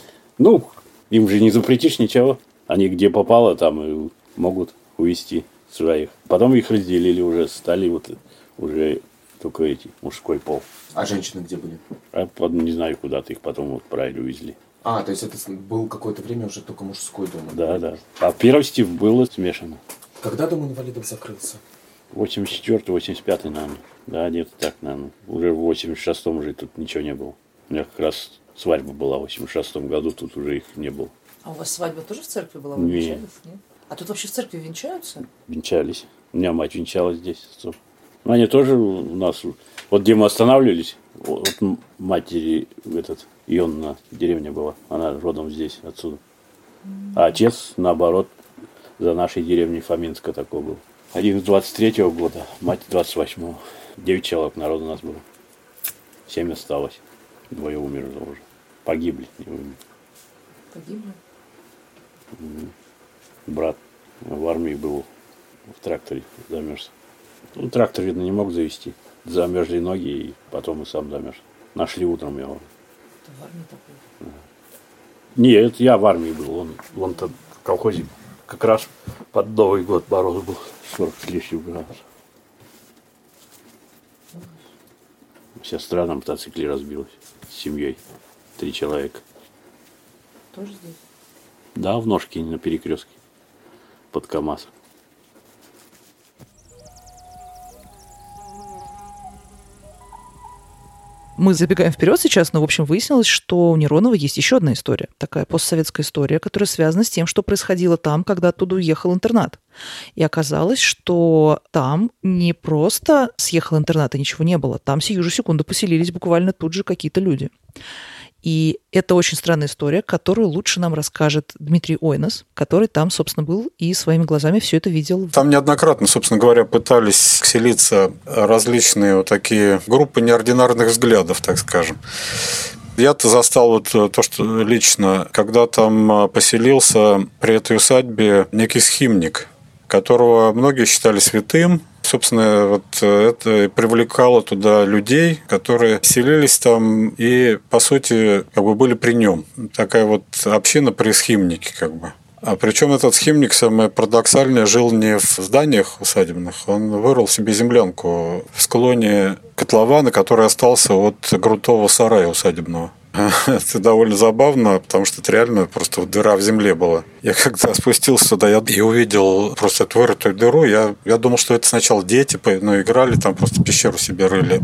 Им же не запретишь ничего. Они где попало, там и могут увезти своих. Потом их разделили уже, стали уже только мужской пол. А женщины где были? Не знаю, куда-то их потом отправили, увезли. То есть это был какое-то время уже только мужской дом? Да. А в первости было смешано. Когда Дом инвалидов закрылся? 84-85, наверное. Да, где-то так, наверное. Уже в 86-м уже тут ничего не было. У меня как раз свадьба была в 86-м году, тут уже их не было. А у вас свадьба тоже в церкви была? Вы венчались? Нет. А тут вообще в церкви венчаются? Венчались. У меня мать венчалась здесь. Они тоже у нас... Вот где мы останавливались, вот матери Ионна деревня была. Она родом здесь, отсюда. А отец, наоборот, за нашей деревней Фоминска такой был. Один с 23-го года, мать 28-го. 9 человек народу у нас было. 7 осталось. 2 умерли уже. Погибли, не умерли. Погибли? Брат в армии был, в тракторе замерз. Трактор, видно, не мог завести. Замерзли ноги, и потом и сам замерз. Нашли утром его. Ты в армии такой? Нет, я в армии был. Он-то в колхозе как раз под Новый год мороз был. 40 с лишним градусов. Сестра на мотоцикле разбилась с семьей. 3 человека. Тоже здесь? Да, в Ножке на перекрестке. Под КамАЗ. Мы забегаем вперед сейчас, но, в общем, выяснилось, что у Неронова есть еще одна история. Такая постсоветская история, которая связана с тем, что происходило там, когда оттуда уехал интернат. И оказалось, что там не просто съехал интернат, и ничего не было. Там сию же секунду поселились буквально тут же какие-то люди. И это очень странная история, которую лучше нам расскажет Дмитрий Ойнос, который там, собственно, был и своими глазами все это видел. Там неоднократно, собственно говоря, пытались селиться различные вот такие группы неординарных взглядов, так скажем. Я-то застал вот то, что лично, когда там поселился при этой усадьбе некий схимник, которого многие считали святым. Собственно, вот это привлекало туда людей, которые селились там и, по сути, как бы были при нем. Такая вот община при схимнике, как бы. А причем этот схимник, самое парадоксальное, жил не в зданиях усадебных, он вырыл себе землянку в склоне котлована, который остался от грунтового сарая усадебного. Это довольно забавно, потому что это реально просто дыра в земле была. Я когда спустился туда и увидел просто эту вырытую дыру, я думал, что это сначала дети играли, там просто пещеру себе рыли.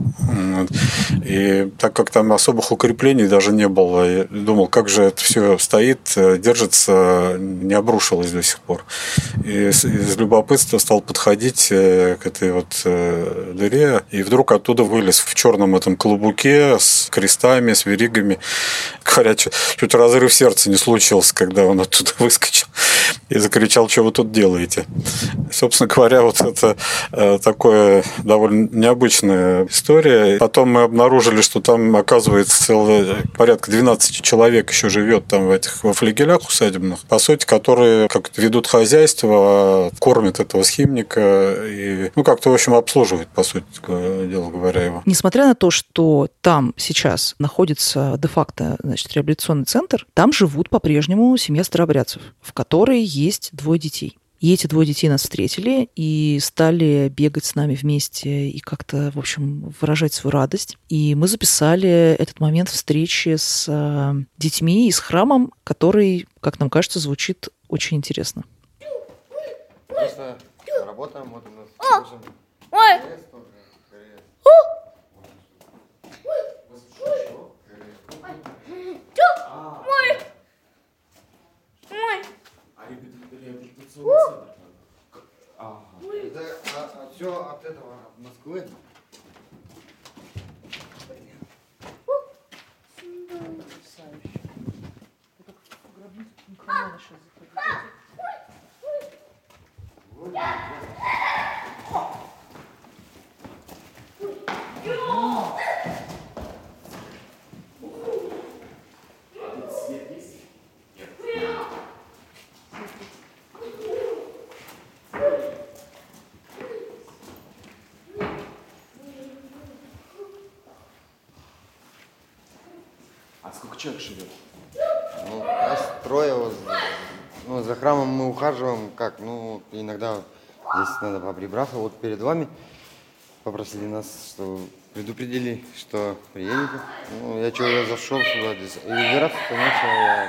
И так как там особых укреплений даже не было, я думал, как же это все стоит, держится, не обрушилось до сих пор. И из любопытства стал подходить к этой вот дыре, и вдруг оттуда вылез в черном этом клобуке с крестами, с веригами. Говорят, чуть разрыв сердца не случился, когда он оттуда выскочил и закричал, что вы тут делаете. Собственно говоря, вот это такая довольно необычная история. Потом мы обнаружили, что там, оказывается, порядка 12 человек еще живет там во флигелях усадебных, по сути, которые как-то ведут хозяйство, кормят этого схимника и, как-то, в общем, обслуживают, по сути дела говоря, его. Несмотря на то, что там сейчас находится де-факто, реабилитационный центр, там живут по-прежнему семья старообрядцев, в которой есть 2 детей. И эти 2 детей нас встретили и стали бегать с нами вместе и как-то, в общем, выражать свою радость. И мы записали этот момент встречи с детьми и с храмом, который, как нам кажется, звучит очень интересно. Просто работаем, вот у нас... Ой! Это все от этого, от Москвы. Сколько человек живет? Нас 3. За храмом мы ухаживаем, иногда здесь надо поприбраться. Вот перед вами попросили нас, что предупредили, что приедете. Я зашел сюда здесь. И убираться-то начал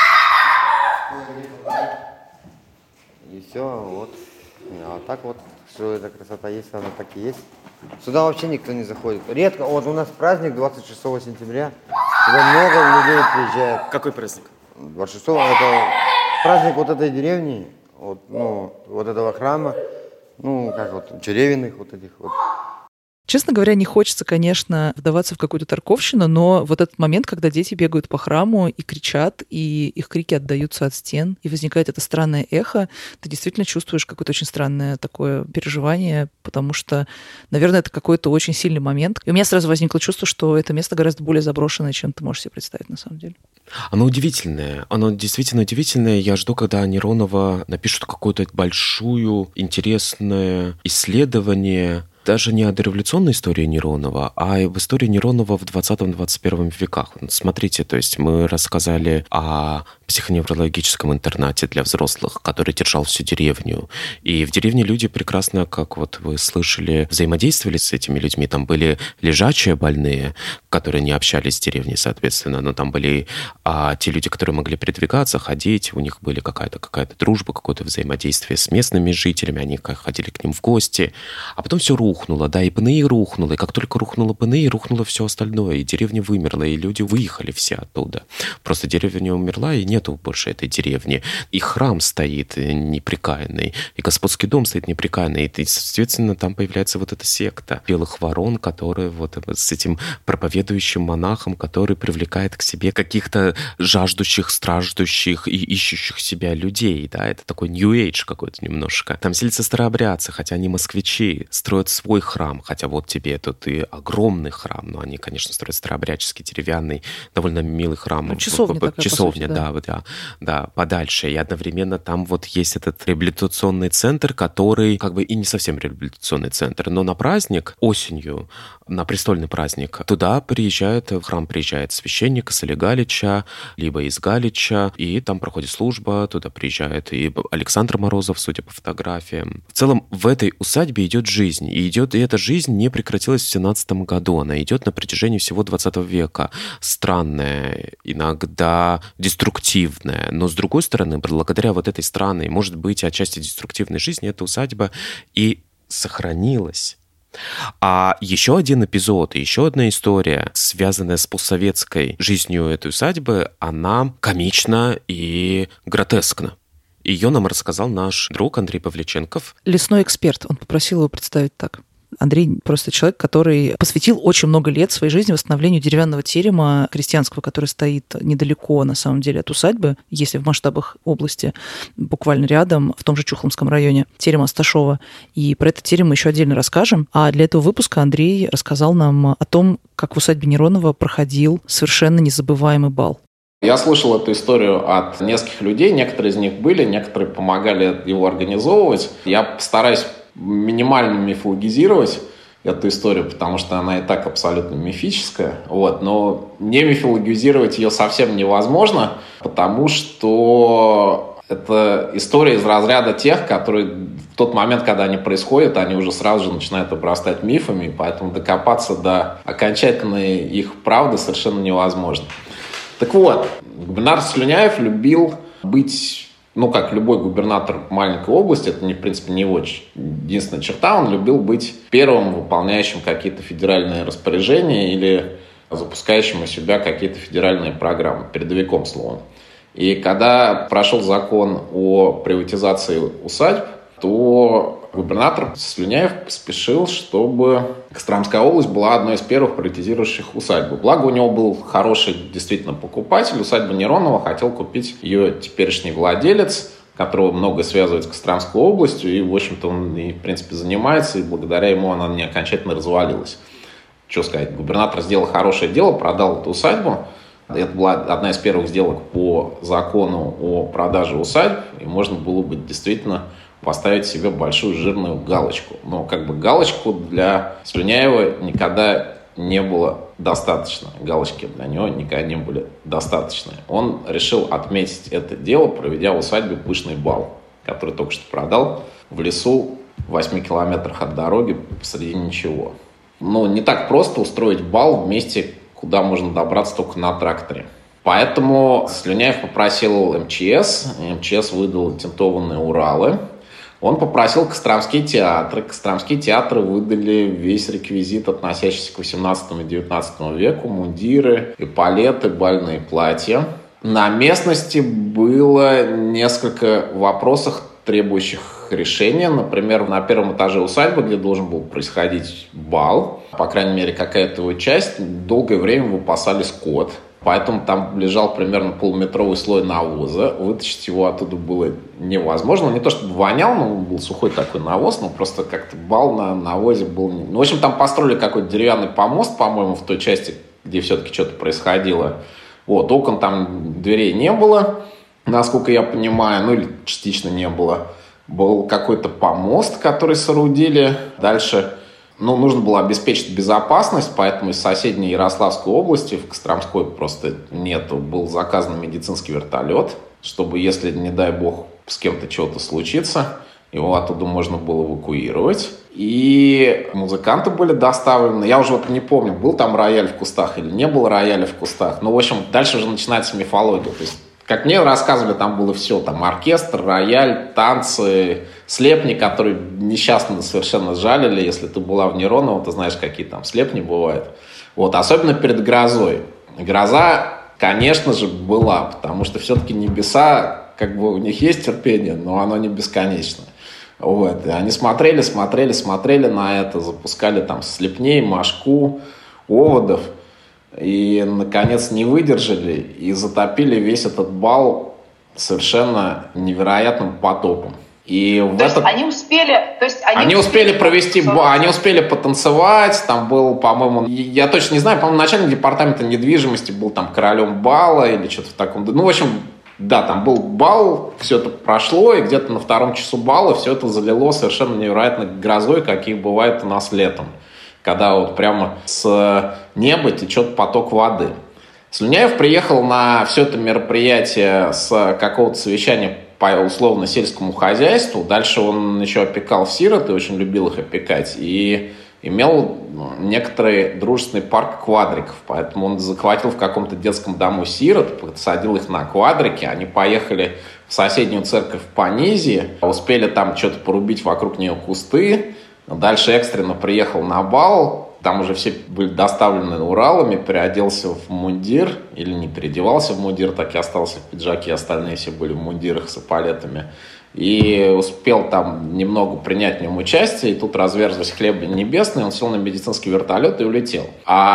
и все, вот. А так вот, что эта красота есть, она так и есть. Сюда вообще никто не заходит. Редко. Вот у нас праздник 26 сентября. Сюда много людей приезжает. Какой праздник? 26-го. Это праздник вот этой деревни, вот этого храма, Черевиных вот этих вот. Честно говоря, не хочется, конечно, вдаваться в какую-то тарковщину, но вот этот момент, когда дети бегают по храму и кричат, и их крики отдаются от стен, и возникает это странное эхо, ты действительно чувствуешь какое-то очень странное такое переживание, потому что, наверное, это какой-то очень сильный момент. И у меня сразу возникло чувство, что это место гораздо более заброшенное, чем ты можешь себе представить на самом деле. Оно удивительное. Оно действительно удивительное. Я жду, когда Неронова напишут какое-то большое, интересное исследование, даже не о дореволюционной истории Неронова, а об истории Неронова в 20-21 веках. Смотрите, то есть мы рассказали о психоневрологическом интернате для взрослых, который держал всю деревню. И в деревне люди прекрасно, как вот вы слышали, взаимодействовали с этими людьми. Там были лежачие больные, которые не общались с деревней, соответственно, но там были те люди, которые могли передвигаться, ходить, у них были какая-то дружба, какое-то взаимодействие с местными жителями, они ходили к ним в гости. А потом все рухнуло. рухнуло, да, и ПНИ рухнуло, и как только рухнуло ПНИ, рухнуло все остальное, и деревня вымерла, и люди выехали все оттуда. Просто деревня умерла, и нету больше этой деревни. И храм стоит непрекаянный, и господский дом стоит непрекаянный, и, соответственно, там появляется вот эта секта белых ворон, которые вот с этим проповедующим монахом, который привлекает к себе каких-то жаждущих, страждущих и ищущих себя людей, да, это такой New Age какой-то немножко. Там селятся старообрядцы, хотя они москвичи, строят свой храм, хотя вот тебе тут и огромный храм, но они, конечно, строят старообрядческий, деревянный, довольно милый храм. Ну, часовня такая, часовня, по сути, да, подальше. И одновременно там вот есть этот реабилитационный центр, который как бы и не совсем реабилитационный центр, но на праздник осенью, на престольный праздник, туда приезжает, в храм приезжает священник из Галича, либо из Галича, и там проходит служба, туда приезжает и Александр Морозов, судя по фотографиям. В целом в этой усадьбе идет жизнь, и эта жизнь не прекратилась в 17 году, она идет на протяжении всего 20 века. Странная, иногда деструктивная, но с другой стороны, благодаря вот этой странной, может быть, отчасти деструктивной жизни, эта усадьба и сохранилась. А еще один эпизод, еще одна история, связанная с постсоветской жизнью этой усадьбы, она комична и гротескна. Ее нам рассказал наш друг Андрей Павличенков. Лесной эксперт, он попросил его представить так. Андрей просто человек, который посвятил очень много лет своей жизни восстановлению деревянного терема крестьянского, который стоит недалеко, на самом деле, от усадьбы, если в масштабах области, буквально рядом, в том же Чухломском районе, терем Асташова. И про этот терем мы еще отдельно расскажем. А для этого выпуска Андрей рассказал нам о том, как в усадьбе Неронова проходил совершенно незабываемый бал. Я слышал эту историю от нескольких людей, некоторые из них были, некоторые помогали его организовывать. Я постараюсь минимально мифологизировать эту историю, потому что она и так абсолютно мифическая. Но не мифологизировать ее совсем невозможно, потому что это история из разряда тех, которые в тот момент, когда они происходят, они уже сразу же начинают обрастать мифами, поэтому докопаться до окончательной их правды совершенно невозможно. Так вот, губернатор Слюняев любил быть... как любой губернатор маленькой области, это, в принципе, не его единственная черта, он любил быть первым выполняющим какие-то федеральные распоряжения или запускающим у себя какие-то федеральные программы, передовиком словом. И когда прошел закон о приватизации усадьб, то губернатор Слюняев поспешил, чтобы Костромская область была одной из первых приватизирующих усадьбу. Благо у него был хороший действительно покупатель. Усадьба Неронова хотел купить ее теперешний владелец, которого много связывает с Костромской областью. И, в общем-то, он и, в принципе, занимается. И благодаря ему она не окончательно развалилась. Что сказать, губернатор сделал хорошее дело, продал эту усадьбу. Это была одна из первых сделок по закону о продаже усадьб. И можно было бы действительно поставить себе большую жирную галочку. Но галочку для Слюняева никогда не было достаточно. Галочки для него никогда не были достаточны. Он решил отметить это дело, проведя в усадьбе пышный бал, который только что продал в лесу в 8 километрах от дороги посреди ничего. Не так просто устроить бал в месте, куда можно добраться только на тракторе. Поэтому Слюняев попросил МЧС. МЧС выдал тентованные Уралы. Он попросил Костромские театры. Костромские театры выдали весь реквизит, относящийся к 18 и 19 веку. Мундиры, эполеты, бальные платья. На местности было несколько вопросов, требующих решения. Например, на первом этаже усадьбы, где должен был происходить бал, по крайней мере, какая-то его часть, долгое время выпасали скот. Поэтому там лежал примерно полуметровый слой навоза. Вытащить его оттуда было невозможно. Не то чтобы вонял, но был сухой такой навоз, но просто как-то бал на навозе был... В общем, там построили какой-то деревянный помост, по-моему, в той части, где все-таки что-то происходило. Окон там, дверей не было, насколько я понимаю, или частично не было. Был какой-то помост, который соорудили. Дальше... нужно было обеспечить безопасность, поэтому из соседней Ярославской области, в Костромской просто нету, был заказан медицинский вертолет, чтобы, если, не дай бог, с кем-то чего-то случится, его оттуда можно было эвакуировать. И музыканты были доставлены. Я уже не помню, был там рояль в кустах или не был рояля в кустах. В общем, дальше уже начинается мифология. То есть Как мне рассказывали, там было все. Там оркестр, рояль, танцы, слепни, которые несчастно совершенно жалили. Если ты была в Нероново, ты знаешь, какие там слепни бывают. Вот, особенно перед грозой. Гроза, конечно же, была, потому что все-таки небеса, как бы у них есть терпение, но оно не бесконечное. Вот. И они смотрели на это, запускали там слепней, мошку, оводов. И, наконец, не выдержали и затопили весь этот бал совершенно невероятным потопом. И они успели провести, они успели потанцевать, там был, по-моему, я точно не знаю, по-моему, начальник департамента недвижимости был там королем бала или что-то в таком, ну, в общем, да, там был бал, все это прошло, и где-то на 2 часу бала все это залило совершенно невероятной грозой, какие бывают у нас летом, когда вот прямо с неба течет поток воды. Слюняев приехал на все это мероприятие с какого-то совещания по условно-сельскому хозяйству. Дальше он еще опекал сирот и очень любил их опекать. И имел некоторый дружественный парк квадриков. Поэтому он захватил в каком-то детском дому сирот, посадил их на квадрики. Они поехали в соседнюю церковь в Понизии, успели там что-то порубить вокруг нее кусты. Дальше экстренно приехал на бал. Там уже все были доставлены Уралами, переоделся в мундир, или не переодевался в мундир, так и остался в пиджаке, остальные все были в мундирах с эполетами. И успел там немного принять в нем участие, и тут разверзлись хлебы небесные, он сел на медицинский вертолет и улетел.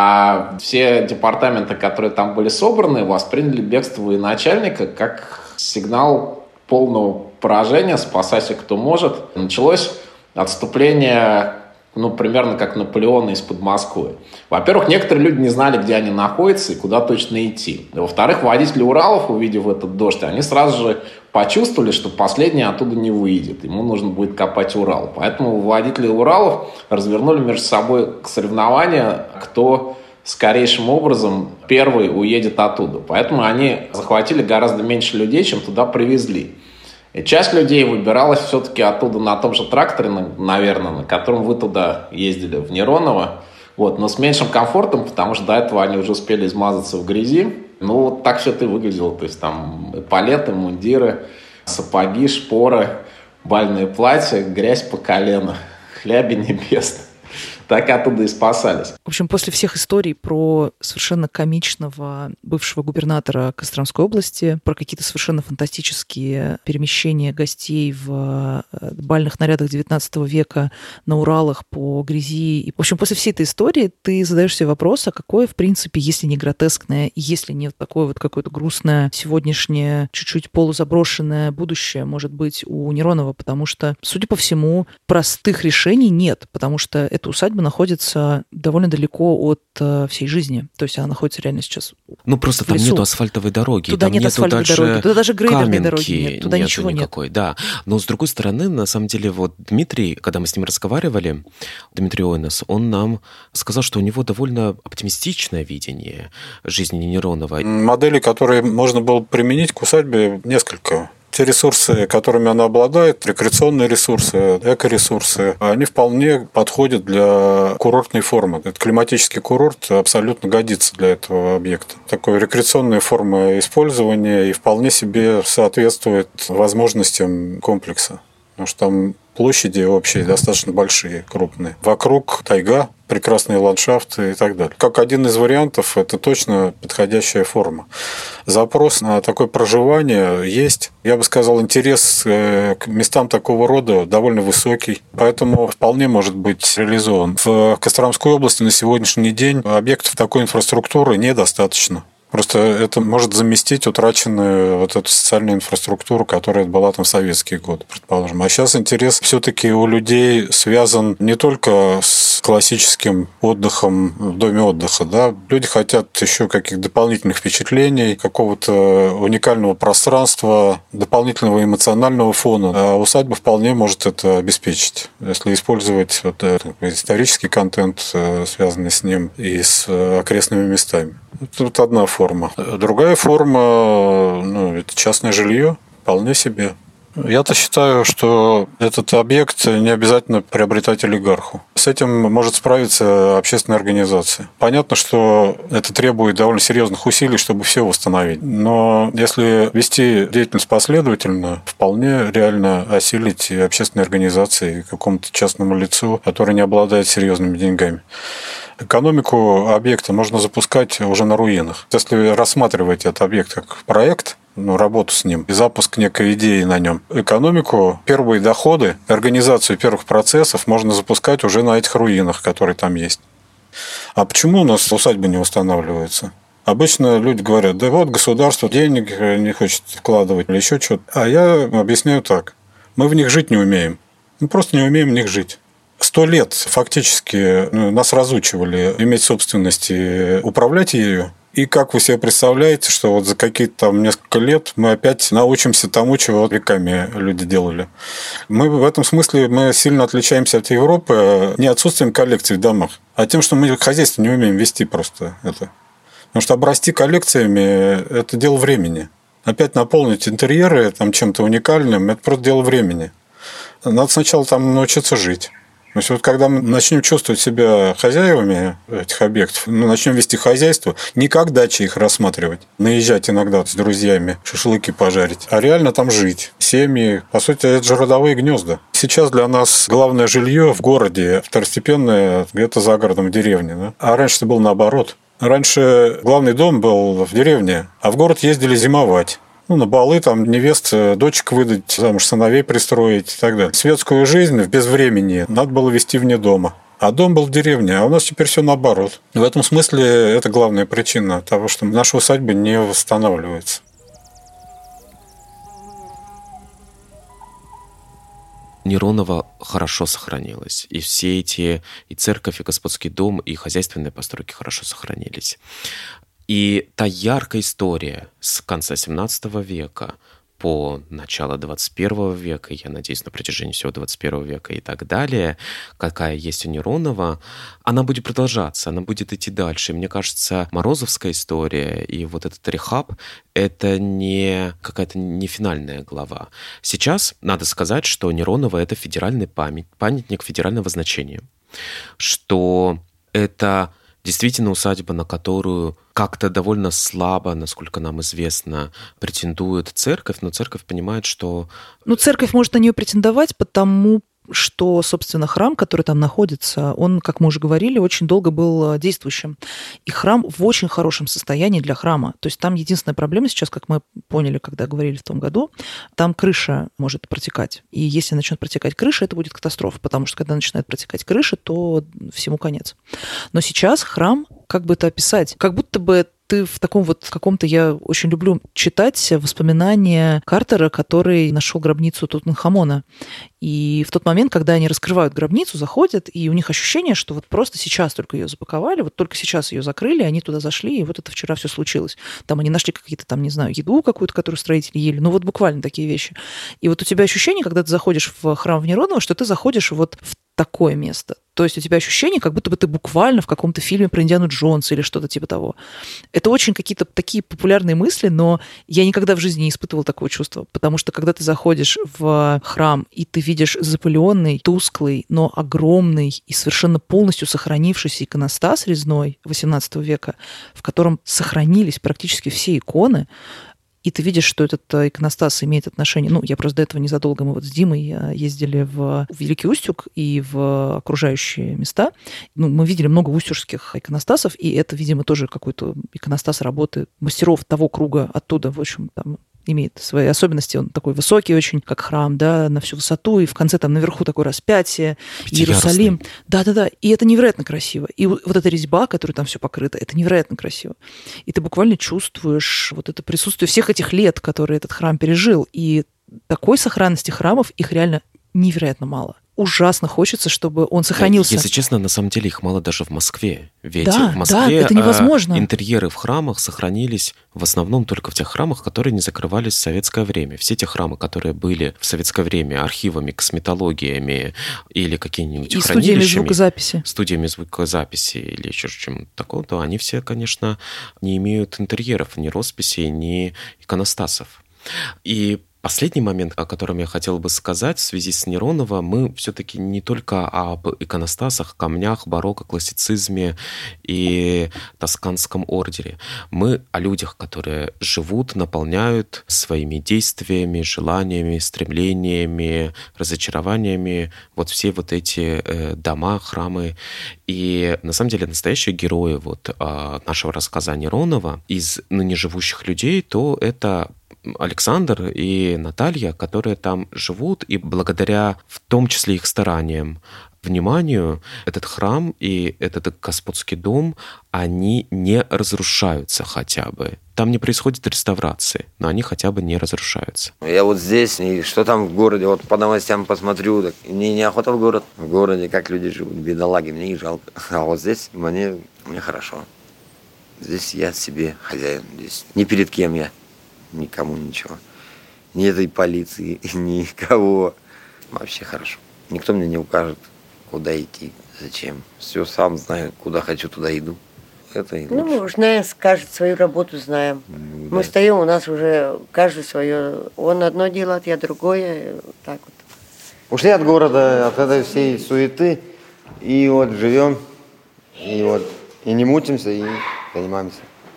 А все департаменты, которые там были собраны, восприняли бегство военачальника как сигнал полного поражения, спасайся кто может. Началось отступление, примерно как Наполеона из-под Москвы. Во-первых, некоторые люди не знали, где они находятся и куда точно идти. Во-вторых, водители Уралов, увидев этот дождь, они сразу же почувствовали, что последний оттуда не выйдет. Ему нужно будет копать Урал. Поэтому водители Уралов развернули между собой соревнования, кто скорейшим образом первый уедет оттуда. Поэтому они захватили гораздо меньше людей, чем туда привезли. И часть людей выбиралась все-таки оттуда на том же тракторе, наверное, на котором вы туда ездили, в Нероново. Вот, но с меньшим комфортом, потому что до этого они уже успели измазаться в грязи. Вот так все это и выглядело. То есть там эполеты, мундиры, сапоги, шпоры, бальные платья, грязь по колено, хляби небесные. Так оттуда и спасались. В общем, после всех историй про совершенно комичного бывшего губернатора Костромской области, про какие-то совершенно фантастические перемещения гостей в бальных нарядах XIX века на Уралах по грязи. И, в общем, после всей этой истории ты задаешь себе вопрос, а какое, в принципе, если не гротескное, если не такое вот какое-то грустное сегодняшнее, чуть-чуть полузаброшенное будущее может быть у Неронова, потому что, судя по всему, простых решений нет, потому что эта усадьба находится довольно далеко от всей жизни. То есть она находится реально сейчас просто там нету асфальтовой дороги. Туда там нет асфальтовой дороги. Туда даже грейдерной дороги нет. Туда нету ничего никакой, нет. Да. Но с другой стороны, на самом деле, вот Дмитрий, когда мы с ним разговаривали, Дмитрий Ойнес, он нам сказал, что у него довольно оптимистичное видение жизни Неронова. Моделей, которые можно было применить к усадьбе, несколько. Те ресурсы, которыми она обладает, рекреационные ресурсы, экоресурсы, они вполне подходят для курортной формы. Этот климатический курорт абсолютно годится для этого объекта. Такой рекреационная форма использования и вполне себе соответствует возможностям комплекса. Потому что там площади общие достаточно большие, крупные. Вокруг тайга, прекрасные ландшафты и так далее. Как один из вариантов, это точно подходящая форма. Запрос на такое проживание есть. Я бы сказал, интерес к местам такого рода довольно высокий, поэтому вполне может быть реализован. В Костромской области на сегодняшний день объектов такой инфраструктуры недостаточно. Просто это может заместить утраченную вот эту социальную инфраструктуру, которая была там в советские годы, предположим. А сейчас интерес все-таки у людей связан не только с классическим отдыхом в доме отдыха. Да? Люди хотят еще каких-то дополнительных впечатлений, какого-то уникального пространства, дополнительного эмоционального фона. А усадьба вполне может это обеспечить, если использовать исторический контент, связанный с ним, и с окрестными местами. Это одна форма. Другая форма, это частное жилье, вполне себе. Я-то считаю, что этот объект не обязательно приобретать олигарху. С этим может справиться общественная организация. Понятно, что это требует довольно серьезных усилий, чтобы все восстановить. Но если вести деятельность последовательно, вполне реально осилить и общественной организации, и какому-то частному лицу, который не обладает серьезными деньгами. Экономику объекта можно запускать уже на руинах. Если рассматривать этот объект как проект, работу с ним и запуск некой идеи на нем. Экономику, первые доходы, организацию первых процессов можно запускать уже на этих руинах, которые там есть. А почему у нас усадьбы не восстанавливаются? Обычно люди говорят, да вот государство денег не хочет вкладывать или еще что-то. А я объясняю так. Мы в них жить не умеем. Мы просто не умеем в них жить. 100 лет фактически нас разучивали иметь собственность и управлять ею. И как вы себе представляете, что вот за какие-то там несколько лет мы опять научимся тому, чего веками люди делали. Мы в этом смысле сильно отличаемся от Европы не отсутствием коллекций в домах, а тем, что мы хозяйство не умеем вести просто это. Потому что обрасти коллекциями – это дело времени. Опять наполнить интерьеры там чем-то уникальным – это просто дело времени. Надо сначала там научиться жить. То есть вот когда мы начнем чувствовать себя хозяевами этих объектов, начнем вести хозяйство, не как дачи их рассматривать, наезжать иногда с друзьями, шашлыки пожарить, а реально там жить. Семьи, по сути, это же родовые гнезда. Сейчас для нас главное жилье в городе, второстепенное где-то за городом, в деревне. Да? А раньше это было наоборот. Раньше главный дом был в деревне, а в город ездили зимовать. На балы там невест, дочек выдать, замуж сыновей пристроить и так далее. Светскую жизнь в безвременье надо было вести вне дома. А дом был в деревне, а у нас теперь все наоборот. В этом смысле это главная причина того, что наша усадьба не восстанавливается. Неронова хорошо сохранилась. И все эти, и церковь, и господский дом, и хозяйственные постройки хорошо сохранились. И та яркая история с конца 17 века по начало 21 века, я надеюсь, на протяжении всего 21 века и так далее, какая есть у Неронова, она будет продолжаться, она будет идти дальше. И мне кажется, морозовская история и вот этот рехаб — это не какая-то не финальная глава. Сейчас надо сказать, что Неронова — это федеральный памятник федерального значения, что это действительно усадьба, на которую как-то довольно слабо, насколько нам известно, претендует церковь, но церковь понимает, что... Церковь может на нее претендовать, потому что, собственно, храм, который там находится, он, как мы уже говорили, очень долго был действующим. И храм в очень хорошем состоянии для храма. То есть там единственная проблема сейчас, как мы поняли, когда говорили в том году, там крыша может протекать. И если начнет протекать крыша, это будет катастрофа, потому что когда начинает протекать крыша, то всему конец. Но сейчас храм, как бы это описать, как будто бы ты в таком вот каком-то... Я очень люблю читать воспоминания Картера, который нашел гробницу Тутанхамона. И в тот момент, когда они раскрывают гробницу, заходят, и у них ощущение, что вот просто сейчас только ее запаковали, вот только сейчас ее закрыли, они туда зашли, и вот это вчера все случилось. Там они нашли какие-то там, не знаю, еду какую-то, которую строители ели. Вот буквально такие вещи. И вот у тебя ощущение, когда ты заходишь в храм в Неронова, что ты заходишь вот в такое место. То есть у тебя ощущение, как будто бы ты буквально в каком-то фильме про Индиану Джонса или что-то типа того. Это очень какие-то такие популярные мысли, но я никогда в жизни не испытывала такого чувства, потому что когда ты заходишь в храм, и ты видишь запыленный, тусклый, но огромный и совершенно полностью сохранившийся иконостас резной XVIII века, в котором сохранились практически все иконы, и ты видишь, что этот иконостас имеет отношение... Я просто до этого незадолго, мы вот с Димой ездили в Великий Устюг и в окружающие места. Мы видели много устюжских иконостасов, и это, видимо, тоже какой-то иконостас работы мастеров того круга оттуда. В общем, там имеет свои особенности. Он такой высокий очень, как храм, да, на всю высоту, и в конце там наверху такое распятие, Иерусалим. Да-да-да, и это невероятно красиво. И вот эта резьба, которой там все покрыто, это невероятно красиво. И ты буквально чувствуешь вот это присутствие всех этих лет, которые этот храм пережил. И такой сохранности храмов, их реально невероятно мало. Ужасно хочется, чтобы он сохранился. Если честно, на самом деле их мало даже в Москве. Ведь в Москве это невозможно. Интерьеры в храмах сохранились в основном только в тех храмах, которые не закрывались в советское время. Все те храмы, которые были в советское время архивами, косметологиями или какими-нибудь и хранилищами, студиями звукозаписи или еще чем-то такого, то они все, конечно, не имеют интерьеров, ни росписей, ни иконостасов. И Последний момент, о котором я хотел бы сказать в связи с Нероново, мы все-таки не только об иконостасах, камнях, барокко, классицизме и тосканском ордере. Мы о людях, которые живут, наполняют своими действиями, желаниями, стремлениями, разочарованиями вот все вот эти дома, храмы. И на самом деле настоящие герои вот нашего рассказа Неронова из ныне живущих людей, то это Александр и Наталья, которые там живут, и благодаря в том числе их стараниям, вниманию, этот храм и этот господский дом, они не разрушаются хотя бы. Там не происходит реставрации, но они хотя бы не разрушаются. Я вот здесь, и что там в городе, вот по новостям посмотрю, так мне неохота в город. В городе, как люди живут, бедолаги, мне их жалко. А вот здесь мне хорошо. Здесь я себе хозяин, здесь ни перед кем я. Никому ничего. Ни этой полиции, никого. Вообще хорошо. Никто мне не укажет, куда идти, зачем. Все сам знаю, куда хочу, туда иду. Это и лучше. Ну, знаем, скажет, свою работу знаем. Да. Мы стоим, у нас уже каждый свое. Он одно делает, я другое. Так вот. Ушли от города, от этой всей суеты. И вот живем, и вот и не мутимся, и занимаемся.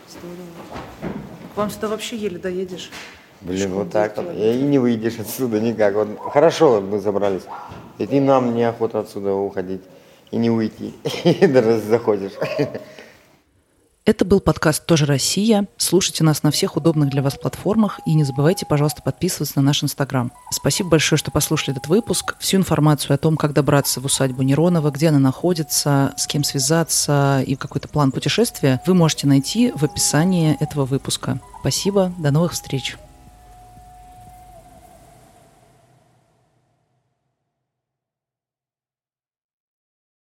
К вам сюда вообще еле доедешь. Блин, вот так вот. И не выйдешь отсюда никак. Вот хорошо мы забрались. И нам неохота отсюда уходить. И не уйти. И даже заходишь. Это был подкаст «Тоже Россия». Слушайте нас на всех удобных для вас платформах и не забывайте, пожалуйста, подписываться на наш Инстаграм. Спасибо большое, что послушали этот выпуск. Всю информацию о том, как добраться в усадьбу Неронова, где она находится, с кем связаться и какой-то план путешествия, вы можете найти в описании этого выпуска. Спасибо, до новых встреч.